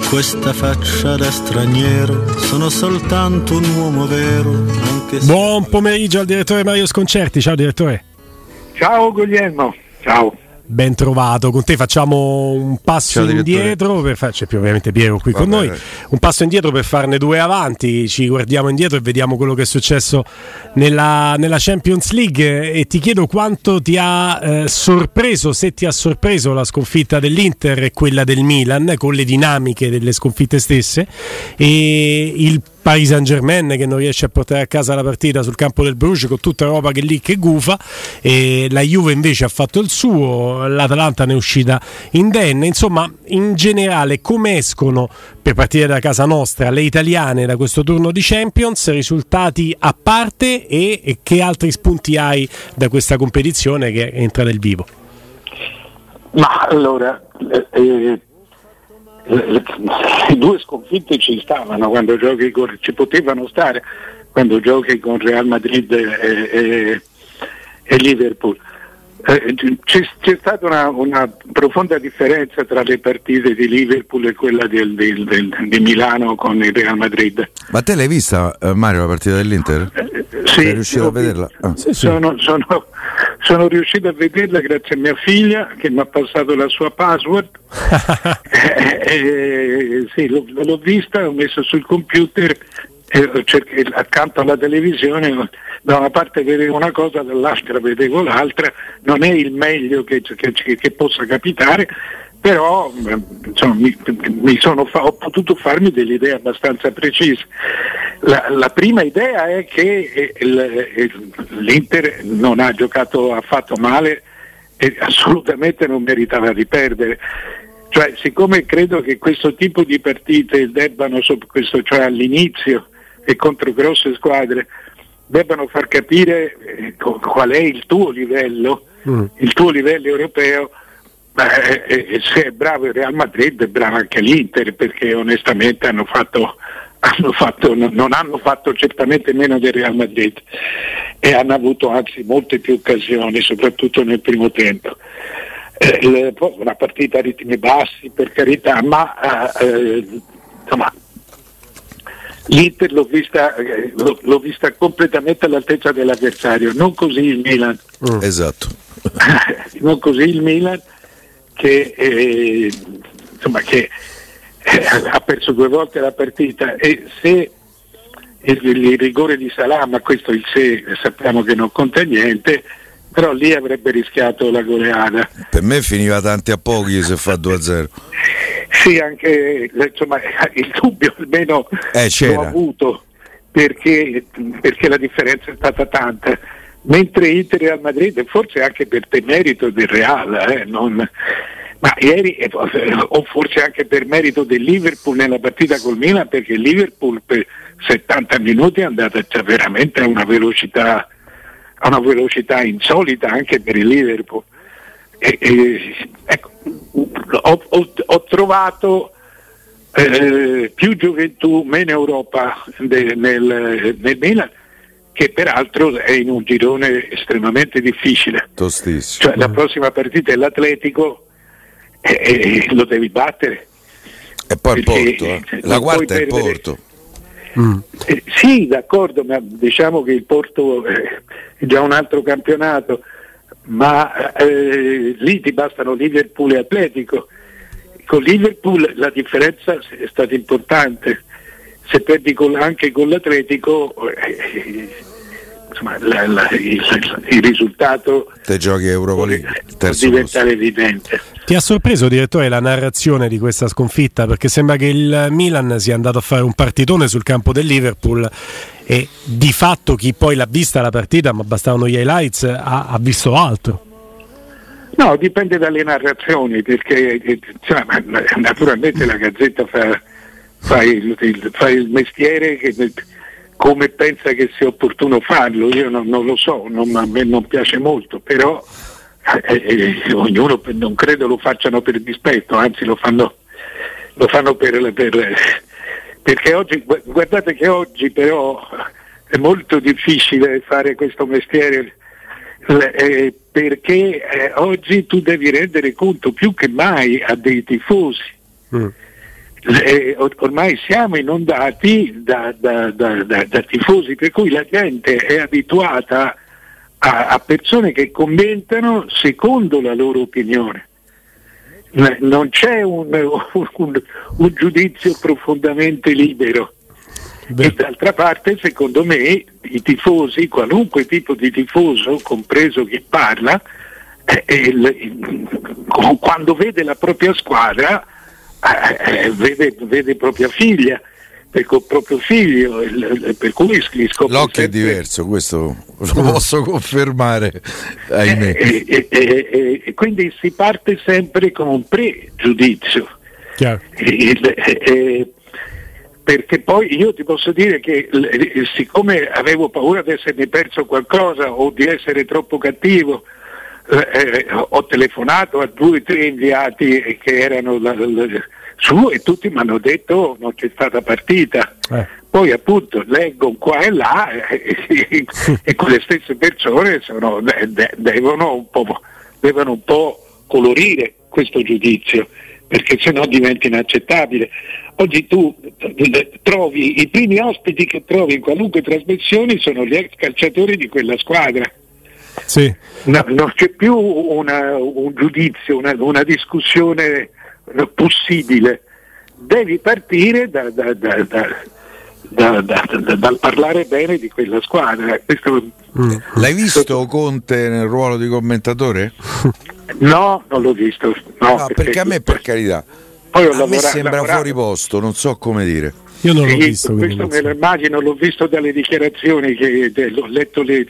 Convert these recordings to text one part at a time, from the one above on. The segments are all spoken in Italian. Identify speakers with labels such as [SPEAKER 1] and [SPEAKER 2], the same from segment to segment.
[SPEAKER 1] questa faccia da straniero, sono soltanto un uomo vero. Anche se...
[SPEAKER 2] Buon pomeriggio al direttore Mario Sconcerti. Ciao direttore.
[SPEAKER 3] Ciao Guglielmo, ciao.
[SPEAKER 2] Ben trovato, con te facciamo un passo indietro per c'è più ovviamente Piero qui con noi, un passo indietro per farne due avanti, ci guardiamo indietro e vediamo quello che è successo nella Champions League e ti chiedo quanto ti ha sorpreso, se ti ha sorpreso la sconfitta dell'Inter e quella del Milan con le dinamiche delle sconfitte stesse e il Paris Saint-Germain che non riesce a portare a casa la partita sul campo del Bruges con tutta Europa che lì che gufa, e la Juve invece ha fatto il suo, l'Atalanta ne è uscita indenne. Insomma, in generale come escono, per partire da casa nostra, le italiane da questo turno di Champions, risultati a parte e che altri spunti hai da questa competizione che entra nel vivo?
[SPEAKER 3] Ma allora le due sconfitte ci stavano quando giochi ci potevano stare quando giochi con Real Madrid e Liverpool. C'è stata una profonda differenza tra le partite di Liverpool e quella di Milano con il Real Madrid.
[SPEAKER 4] Ma te l'hai vista, Mario, la partita dell'Inter?
[SPEAKER 3] Sì,
[SPEAKER 4] sei riuscito a vederla?
[SPEAKER 2] Sì.
[SPEAKER 3] Sono riuscito a vederla grazie a mia figlia che mi ha passato la sua password. Sì, l'ho vista, l'ho messo sul computer accanto alla televisione, da una parte vedevo una cosa, dall'altra vedevo l'altra. Non è il meglio che possa capitare, però insomma, ho potuto farmi delle idee abbastanza precise. La prima idea è che l'Inter non ha giocato affatto male e assolutamente non meritava di perdere. Cioè, siccome credo che questo tipo di partite debbano, cioè all'inizio e contro grosse squadre, debbano far capire qual è il tuo livello, il tuo livello europeo. Se è bravo il Real Madrid, è bravo anche l'Inter, perché onestamente non hanno fatto certamente meno del Real Madrid e hanno avuto anzi molte più occasioni, soprattutto nel primo tempo. Una partita a ritmi bassi, per carità, ma insomma l'Inter l'ho vista completamente all'altezza dell'avversario, non così il Milan.
[SPEAKER 4] Esatto.
[SPEAKER 3] Non così il Milan che ha perso 2 volte la partita, e se il rigore di Salah, ma questo il se sappiamo che non conta niente, però lì avrebbe rischiato la goleada.
[SPEAKER 4] Per me finiva tanti a pochi se fa 2-0.
[SPEAKER 3] Sì, anche insomma il dubbio almeno l'ho avuto, perché la differenza è stata tanta, mentre Inter e Real Madrid, forse anche per merito del Real, ma ieri, o forse anche per merito del Liverpool nella partita col Milan, perché il Liverpool per 70 minuti è andata veramente a una velocità insolita anche per il Liverpool. Ecco, ho trovato più gioventù, meno Europa nel Milan, che peraltro è in un girone estremamente difficile.
[SPEAKER 4] Tostissimo.
[SPEAKER 3] Cioè, la prossima partita è l'Atletico e lo devi battere.
[SPEAKER 4] E poi il Porto, la quarta è il Porto.
[SPEAKER 3] Sì, d'accordo, ma diciamo che il Porto è già un altro campionato, ma lì ti bastano Liverpool e Atletico. Con Liverpool la differenza è stata importante, se perdi anche con l'Atletico insomma, il risultato
[SPEAKER 4] te giochi Europa League,
[SPEAKER 3] può diventare evidente.
[SPEAKER 2] Ti ha sorpreso, direttore, la narrazione di questa sconfitta? Perché sembra che il Milan sia andato a fare un partitone sul campo del Liverpool e di fatto chi poi l'ha vista la partita, ma bastavano gli highlights, ha visto altro.
[SPEAKER 3] No, dipende dalle narrazioni, perché cioè, naturalmente la Gazzetta fa il mestiere come pensa che sia opportuno farlo. Io non lo so, a me non piace molto, però ognuno non credo lo facciano per dispetto, anzi lo fanno perché oggi, guardate che oggi però è molto difficile fare questo mestiere, perché oggi tu devi rendere conto più che mai a dei tifosi ormai siamo inondati da tifosi, per cui la gente è abituata a persone che commentano secondo la loro opinione. Non c'è un giudizio profondamente libero. E d'altra parte, secondo me, i tifosi, qualunque tipo di tifoso, compreso chi parla, quando vede la propria squadra, vede propria figlia, proprio figlio, per cui scopre
[SPEAKER 4] l'occhio è diverso, questo lo posso confermare, ahimè.
[SPEAKER 3] E quindi si parte sempre con un pregiudizio, perché poi io ti posso dire che siccome avevo paura di essermi perso qualcosa o di essere troppo cattivo, ho telefonato a 2 o 3 inviati che erano su, e tutti mi hanno detto non c'è stata partita. Poi appunto leggo qua e là e quelle stesse persone devono un po' colorire questo giudizio, perché sennò diventa inaccettabile. Oggi tu trovi, i primi ospiti che trovi in qualunque trasmissione sono gli ex calciatori di quella squadra.
[SPEAKER 2] Sì.
[SPEAKER 3] Non c'è più un giudizio, una discussione possibile. Devi partire dal parlare bene di quella squadra.
[SPEAKER 4] L'hai visto Conte nel ruolo di commentatore?
[SPEAKER 3] No, non l'ho visto. No,
[SPEAKER 4] perché a me, per carità,
[SPEAKER 3] poi
[SPEAKER 4] a me sembra fuori posto, non so come dire.
[SPEAKER 2] Io non l'ho visto.
[SPEAKER 3] Questo me lo immagino, l'ho visto dalle dichiarazioni, l'ho letto le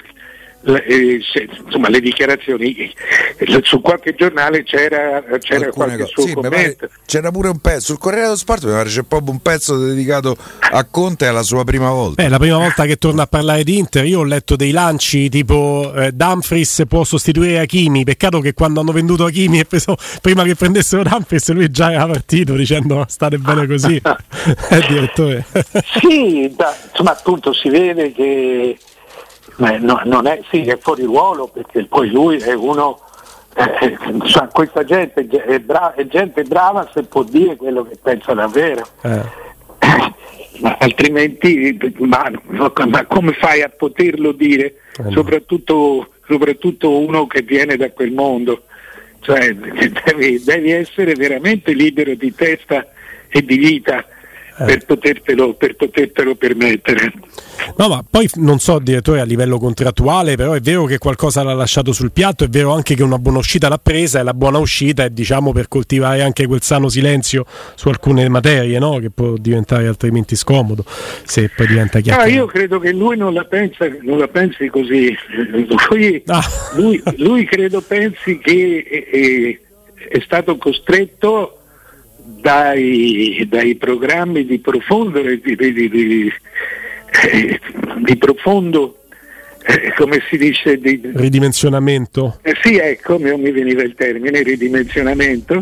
[SPEAKER 3] dichiarazioni su qualche giornale c'era qualche suo commento.
[SPEAKER 4] C'era pure un pezzo sul Corriere dello Sport, mi pare c'è proprio un pezzo dedicato a Conte alla sua prima volta.
[SPEAKER 2] La prima volta che torna a parlare di Inter, io ho letto dei lanci tipo Dumfries può sostituire Hakimi, peccato che quando hanno venduto Hakimi e prima che prendessero Dumfries lui già era partito dicendo state bene così. Direttore.
[SPEAKER 3] Sì, insomma appunto si vede che non è, sì, è fuori ruolo, perché poi lui è uno, questa gente è gente brava se può dire quello che pensa davvero, ma altrimenti ma come fai a poterlo dire, soprattutto uno che viene da quel mondo, cioè devi essere veramente libero di testa e di vita per potertelo permettere.
[SPEAKER 2] No, ma poi non so, direttore, a livello contrattuale, però è vero che qualcosa l'ha lasciato sul piatto, è vero anche che una buona uscita l'ha presa, e la buona uscita è, diciamo, per coltivare anche quel sano silenzio su alcune materie, no? Che può diventare altrimenti scomodo se poi diventa chiaro.
[SPEAKER 3] Io credo che lui non la pensi così. Lui credo pensi che è stato costretto dai programmi di profondo come si dice,
[SPEAKER 2] ridimensionamento.
[SPEAKER 3] Sì, ecco, non mi veniva il termine, ridimensionamento,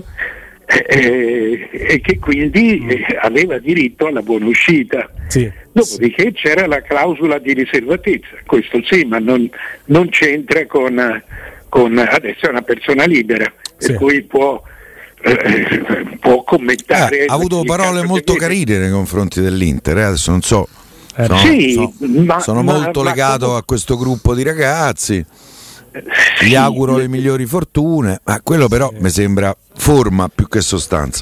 [SPEAKER 3] e che quindi aveva diritto alla buona uscita.
[SPEAKER 2] Sì.
[SPEAKER 3] Dopodiché c'era la clausola di riservatezza, questo sì, ma non c'entra con adesso è una persona libera, per cui può commentare.
[SPEAKER 4] Ha avuto parole molto carine nei confronti dell'Inter, adesso non so. Sono molto legato a questo gruppo di ragazzi, gli auguro le migliori fortune, ma quello però mi sembra forma più che sostanza.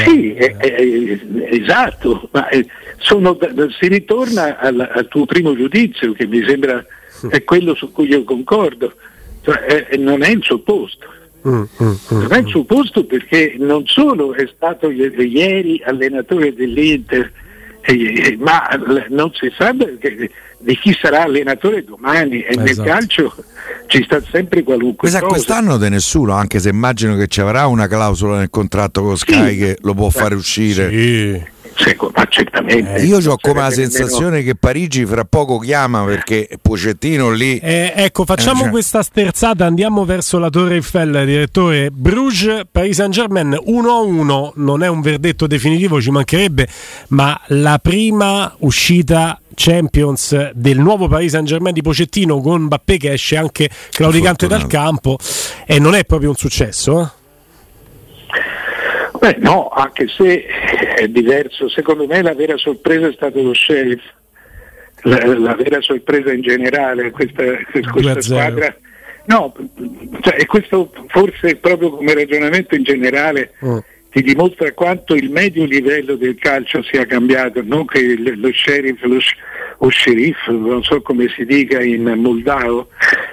[SPEAKER 3] Esatto, ma si ritorna al tuo primo giudizio, che mi sembra è quello su cui io concordo, cioè, non è il suo posto. Non è il suo posto, perché non solo è stato ieri allenatore dell'Inter, ma non si sa di chi sarà allenatore domani, e nel calcio ci sta sempre qualunque cosa.
[SPEAKER 4] Quest'anno di nessuno, anche se immagino che ci avrà una clausola nel contratto con Sky che lo può fare uscire.
[SPEAKER 3] Ma certamente.
[SPEAKER 4] Io ho come la sensazione che Parigi fra poco chiama, perché Pochettino lì.
[SPEAKER 2] Ecco, facciamo questa sterzata, andiamo verso la Torre Eiffel, direttore. Bruges, Paris Saint-Germain 1-1, non è un verdetto definitivo, ci mancherebbe, ma la prima uscita Champions del nuovo Paris Saint-Germain di Pochettino, con Mbappé che esce anche claudicante dal campo, e non è proprio un successo,
[SPEAKER 3] No, anche se è diverso. Secondo me la vera sorpresa è stato lo Sheriff. La vera sorpresa in generale, questa squadra. No, cioè, questo forse proprio come ragionamento in generale ti dimostra quanto il medio livello del calcio sia cambiato, non che lo Sheriff o Sheriff, non so come si dica in moldavo,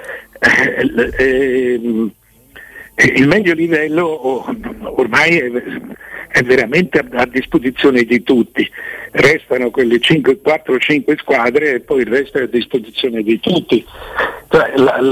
[SPEAKER 3] il medio livello ormai è veramente a disposizione di tutti. Restano quelle 4-5 squadre e poi il resto è a disposizione di tutti. Cioè,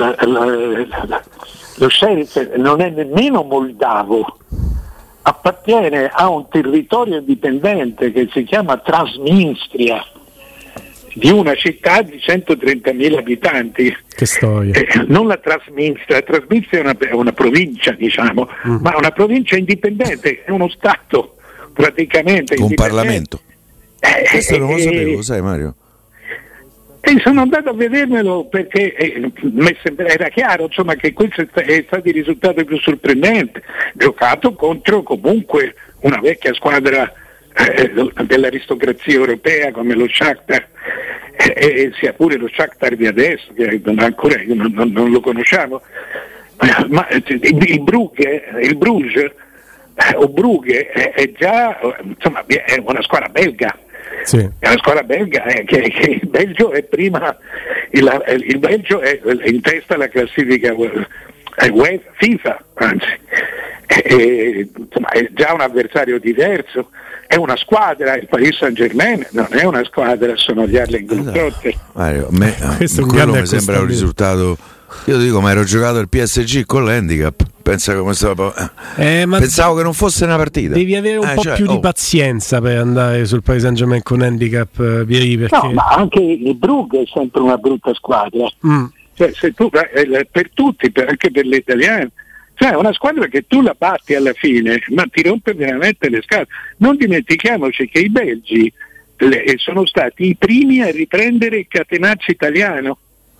[SPEAKER 3] lo Sheriff non è nemmeno moldavo, appartiene a un territorio indipendente che si chiama Transnistria, di una città di 130.000 abitanti.
[SPEAKER 2] Che storia.
[SPEAKER 3] Non la Transnistria è una provincia, diciamo, ma una provincia indipendente, è uno stato praticamente
[SPEAKER 4] con Parlamento. Questo non lo sapevo, sai Mario?
[SPEAKER 3] E sono andato a vedermelo perché era chiaro, insomma, che questo è stato il risultato più sorprendente, giocato contro comunque una vecchia squadra dell'aristocrazia europea come lo Shakhtar, sia pure lo Shakhtar di adesso, che ancora non lo conosciamo, ma il Bruges o Brugge è già, insomma, è una squadra belga.
[SPEAKER 2] Sì.
[SPEAKER 3] È una squadra belga che il Belgio è prima, il Belgio è in testa alla classifica FIFA, anzi, insomma, è già un avversario diverso, è una squadra, il Paris Saint-Germain non è una squadra, sono gli Harlem Globetrotters.
[SPEAKER 4] Mario, quello mi sembra un risultato. Io ti dico, ma ero giocato il PSG con l'handicap. Pensa come stava. Pensavo che non fosse una partita.
[SPEAKER 2] Devi avere un po' più di pazienza per andare sul Paris Saint-Germain con handicap, Pieri, perché...
[SPEAKER 3] No, ma anche il Brugge è sempre una brutta squadra. Cioè, se tu, per tutti, anche per gli italiani, cioè è una squadra che tu la batti alla fine, ma ti rompe veramente le scatole. Non dimentichiamoci che i belgi sono stati i primi a riprendere il catenaccio italiano.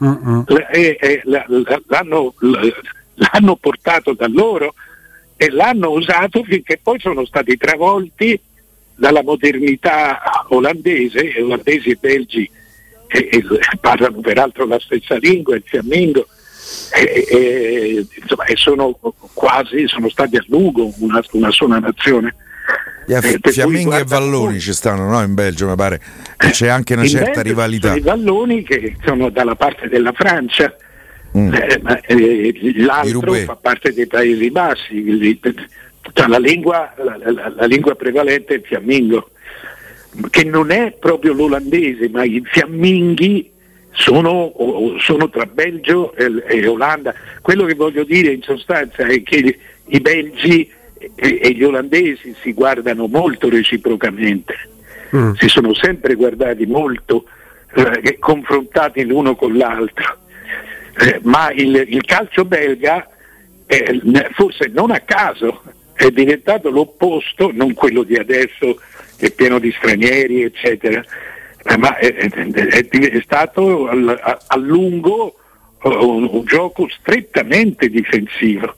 [SPEAKER 3] L'hanno portato da loro e l'hanno usato finché poi sono stati travolti dalla modernità olandese. Olandesi e belgi parlano peraltro la stessa lingua, il fiammingo, insomma, e sono stati a lungo una sola nazione.
[SPEAKER 4] Fiammingo e Valloni ci stanno, no? In Belgio mi pare che c'è anche una certa rivalità.
[SPEAKER 3] I Valloni che sono dalla parte della Francia, l'altro fa parte dei Paesi Bassi, cioè la lingua prevalente è il fiammingo, che non è proprio l'olandese, ma i fiamminghi sono tra Belgio e Olanda. Quello che voglio dire in sostanza è che i belgi e gli olandesi si guardano molto reciprocamente, si sono sempre guardati molto, confrontati l'uno con l'altro, ma il calcio belga forse non a caso è diventato l'opposto, non quello di adesso che è pieno di stranieri eccetera, ma è stato a lungo un gioco strettamente difensivo,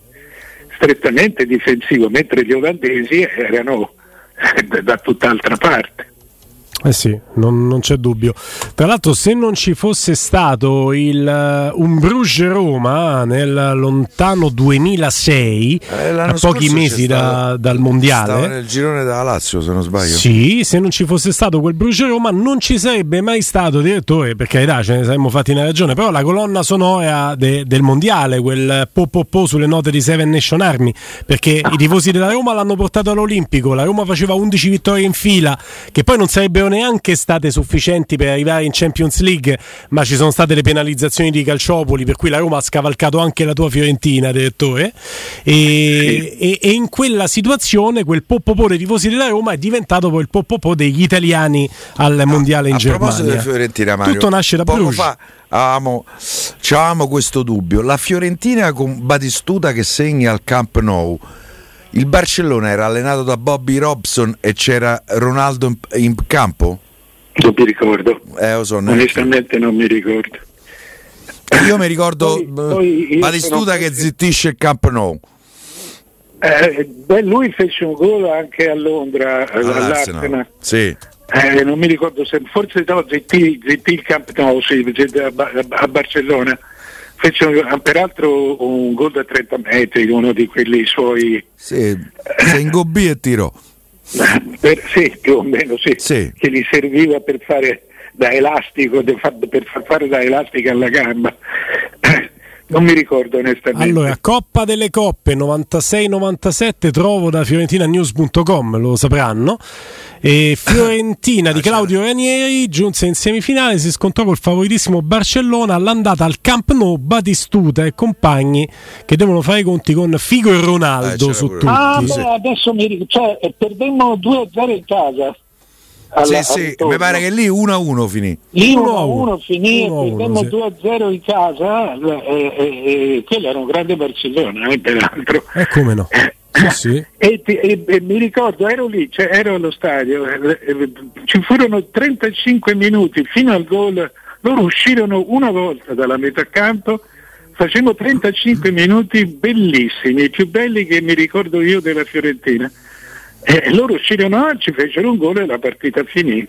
[SPEAKER 3] mentre gli olandesi erano da tutt'altra parte.
[SPEAKER 2] Sì, non c'è dubbio. Tra l'altro, se non ci fosse stato un Bruges-Roma nel lontano 2006, a pochi mesi dal mondiale,
[SPEAKER 4] stava nel girone della Lazio, se non sbaglio.
[SPEAKER 2] Sì, se non ci fosse stato quel Bruges-Roma non ci sarebbe mai stato, direttore, per carità, ce ne saremmo fatti una ragione, però la colonna sonora del mondiale, quel po' sulle note di Seven Nation Army, perché i tifosi della Roma l'hanno portato all'Olimpico, la Roma faceva 11 vittorie in fila, che poi non sarebbero neanche state sufficienti per arrivare in Champions League, ma ci sono state le penalizzazioni di Calciopoli, per cui la Roma ha scavalcato anche la tua Fiorentina, direttore, e in quella situazione quel po' dei tifosi della Roma è diventato poi il po' degli italiani al mondiale in Germania. A
[SPEAKER 4] proposito della Fiorentina, Mario,
[SPEAKER 2] tutto nasce da Bruges.
[SPEAKER 4] Avevamo questo dubbio, la Fiorentina con Batistuta che segna al Camp Nou. Il Barcellona era allenato da Bobby Robson e c'era Ronaldo in campo?
[SPEAKER 3] Non mi ricordo.
[SPEAKER 4] Onestamente
[SPEAKER 3] non mi ricordo.
[SPEAKER 4] Io mi ricordo Batistuta che zittisce il Camp Nou.
[SPEAKER 3] Lui fece un gol anche a Londra, all'Arsenal.
[SPEAKER 4] Sì.
[SPEAKER 3] Non mi ricordo se forse ZT il Camp Nou, sì, a Barcellona. Fece peraltro un gol da 30 metri, uno di quelli suoi.
[SPEAKER 4] Sì, si ingobbì e tirò.
[SPEAKER 3] Sì, più o meno sì. Che gli serviva per fare da elastico, per far fare da elastica alla gamba. Non mi ricordo onestamente.
[SPEAKER 2] Allora, Coppa delle Coppe 96-97 trovo da fiorentinanews.com, lo sapranno. E Fiorentina di Claudio Ranieri giunse in semifinale, si scontrò col favoritissimo Barcellona all'andata al Camp Nou. Batistuta e compagni che devono fare i conti con Figo e Ronaldo su tutti.
[SPEAKER 3] Adesso perdemmo 2-0 in casa.
[SPEAKER 4] Mi pare che lì 1-1 finì.
[SPEAKER 3] Lì 1-1 finì, perdemmo 2-0 in casa, quello era un grande Barcellona, peraltro.
[SPEAKER 2] Come no? Sì.
[SPEAKER 3] E mi ricordo, ero lì, ero allo stadio, ci furono 35 minuti fino al gol, loro uscirono una volta dalla metà campo, facemmo 35 minuti bellissimi, i più belli che mi ricordo io della Fiorentina. Loro uscirono, ci fecero un gol e la partita finì.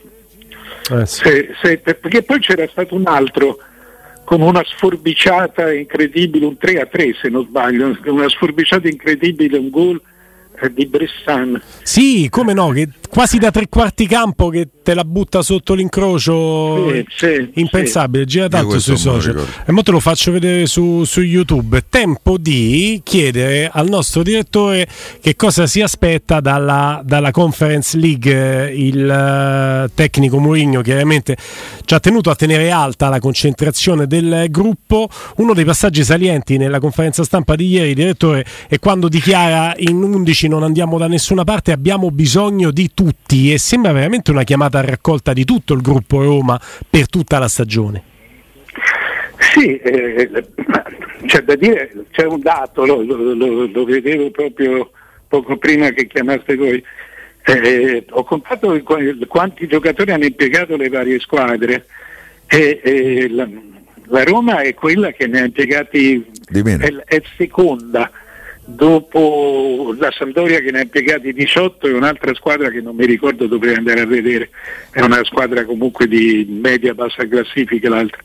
[SPEAKER 3] Perché poi c'era stato un altro con una sforbiciata incredibile, un 3-3 se non sbaglio, una sforbiciata incredibile, un gol di Bressan.
[SPEAKER 2] Sì, come no, che quasi da tre quarti campo che te la butta sotto l'incrocio, impensabile, gira tanto sui social. E mo te lo faccio vedere su YouTube. Tempo di chiedere al nostro direttore che cosa si aspetta dalla Conference League. Il tecnico Mourinho chiaramente ci ha tenuto a tenere alta la concentrazione del gruppo. Uno dei passaggi salienti nella conferenza stampa di ieri, direttore, è quando dichiara: in 11 non andiamo da nessuna parte, abbiamo bisogno di tutti, e sembra veramente una chiamata a raccolta di tutto il gruppo Roma per tutta la stagione.
[SPEAKER 3] Sì, c'è da dire, c'è un dato, lo vedevo proprio poco prima che chiamaste voi. Ho contato quanti giocatori hanno impiegato le varie squadre e la Roma è quella che ne ha impiegati, è seconda, dopo la Sampdoria che ne ha impiegati 18 e un'altra squadra che non mi ricordo, dovrei andare a vedere, è una squadra comunque di media bassa classifica l'altra.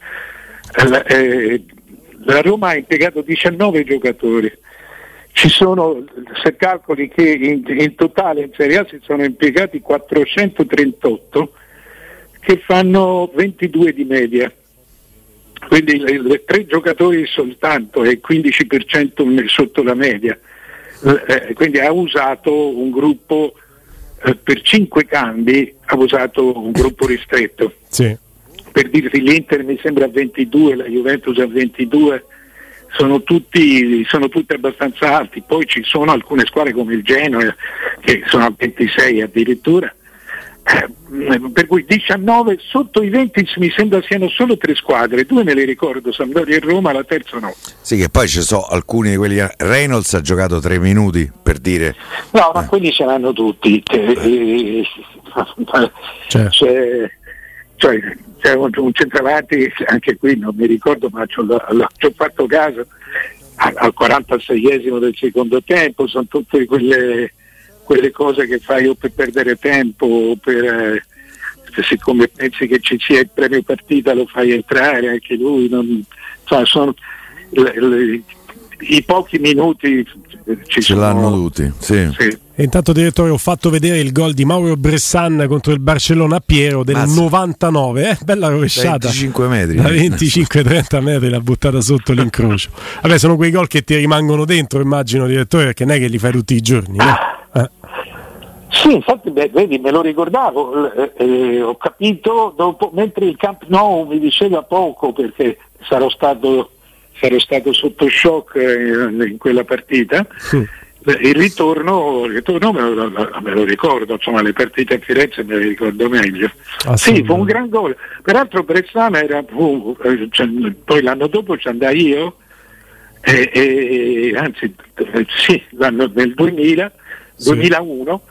[SPEAKER 3] La Roma ha impiegato 19 giocatori, ci sono, se calcoli che in totale in Serie A si sono impiegati 438 che fanno 22 di media. Quindi 3 giocatori soltanto e 15% sotto la media, quindi ha usato un gruppo per 5 cambi, ha usato un gruppo ristretto.
[SPEAKER 2] Sì.
[SPEAKER 3] Per dirti, l'Inter mi sembra a 22, la Juventus a 22, sono tutti abbastanza alti. Poi ci sono alcune squadre come il Genoa che sono a 26 addirittura. Per cui 19, sotto i 20 mi sembra siano solo 3 squadre, 2 me le ricordo, Sampdoria e Roma, la terza no.
[SPEAKER 4] Sì, che poi ci sono alcuni di quelli. Reynolds ha giocato 3 minuti, per dire.
[SPEAKER 3] No, ma quelli ce l'hanno tutti. C'è un centravanti, anche qui non mi ricordo, ma ci ho fatto caso al 46esimo del secondo tempo. Sono tutte quelle cose che fai o per perdere tempo o per siccome pensi che ci sia il premio partita lo fai entrare anche lui, sono i pochi minuti
[SPEAKER 4] ce l'hanno tutti, sì.
[SPEAKER 2] E intanto, direttore, ho fatto vedere il gol di Mauro Bressan contro il Barcellona a Piero del 99, bella rovesciata,
[SPEAKER 4] 25 metri,
[SPEAKER 2] da 25-30 metri l'ha buttata sotto l'incrocio. Vabbè, sono quei gol che ti rimangono dentro, immagino, direttore, perché non è che li fai tutti i giorni,
[SPEAKER 3] Sì, infatti, vedi, me lo ricordavo, ho capito dopo, mentre il Camp Nou mi diceva poco, perché sarò stato sotto shock in quella partita. Sì. Il ritorno me lo ricordo, insomma, le partite a Firenze me le ricordo meglio. Sì, fu un gran gol. Peraltro Bressan poi l'anno dopo ci andai io, anzi sì, l'anno del 2001,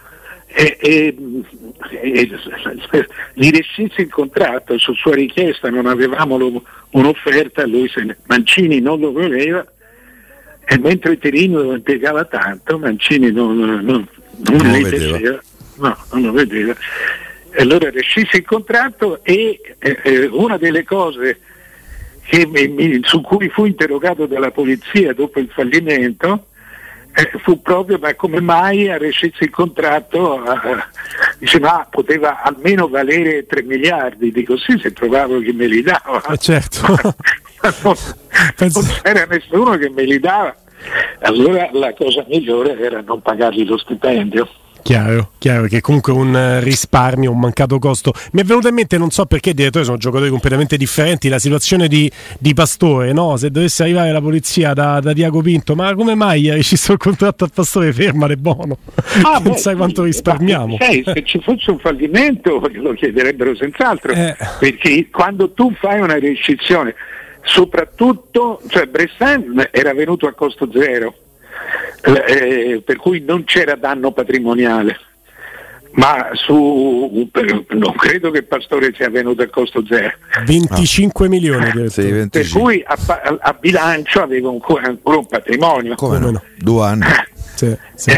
[SPEAKER 3] gli rescinse il contratto su sua richiesta, non avevamo un'offerta, Mancini non lo voleva E mentre Tirino lo impiegava tanto, Mancini non lo vedeva. No, non lo vedeva. E allora rescisse il contratto e una delle cose su cui fu interrogato dalla polizia dopo il fallimento fu proprio ma come mai ha rescisso il contratto, dice ma poteva almeno valere 3 miliardi, dico sì se trovavo chi me li dava,
[SPEAKER 2] certo.
[SPEAKER 3] non c'era nessuno che me li dava, allora la cosa migliore era non pagargli lo stipendio.
[SPEAKER 2] Chiaro, che comunque un risparmio, un mancato costo. Mi è venuto in mente, non so perché, direttori sono giocatori completamente differenti, la situazione di Pastore, no? Se dovesse arrivare la polizia da Diago Pinto, ma come mai ha rescisso il contratto a Pastore? Fermare Bono. Non sai quanto risparmiamo.
[SPEAKER 3] Se ci fosse un fallimento lo chiederebbero senz'altro, perché quando tu fai una rescissione, soprattutto, cioè Bressan era venuto a costo zero. Per cui non c'era danno patrimoniale, ma non credo che Pastore sia venuto a costo zero.
[SPEAKER 2] 25 milioni
[SPEAKER 4] sì, 25.
[SPEAKER 3] Per cui a bilancio aveva ancora un patrimonio.
[SPEAKER 4] Come no? 2 anni.
[SPEAKER 2] Sì.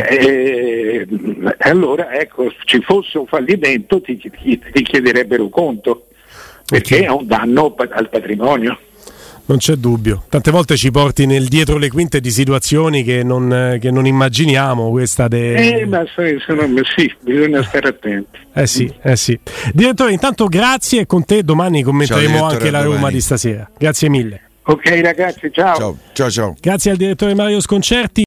[SPEAKER 3] Allora ecco, ci fosse un fallimento ti chiederebbero conto, perché è un danno al patrimonio.
[SPEAKER 2] Non c'è dubbio, tante volte ci porti nel dietro le quinte di situazioni che non immaginiamo. Questa
[SPEAKER 3] ma sì, bisogna stare attenti.
[SPEAKER 2] Sì. Direttore, intanto grazie, e con te domani commenteremo anche la Roma di stasera. Grazie mille.
[SPEAKER 3] Ok ragazzi, ciao.
[SPEAKER 4] Ciao.
[SPEAKER 2] Grazie al direttore Mario Sconcerti.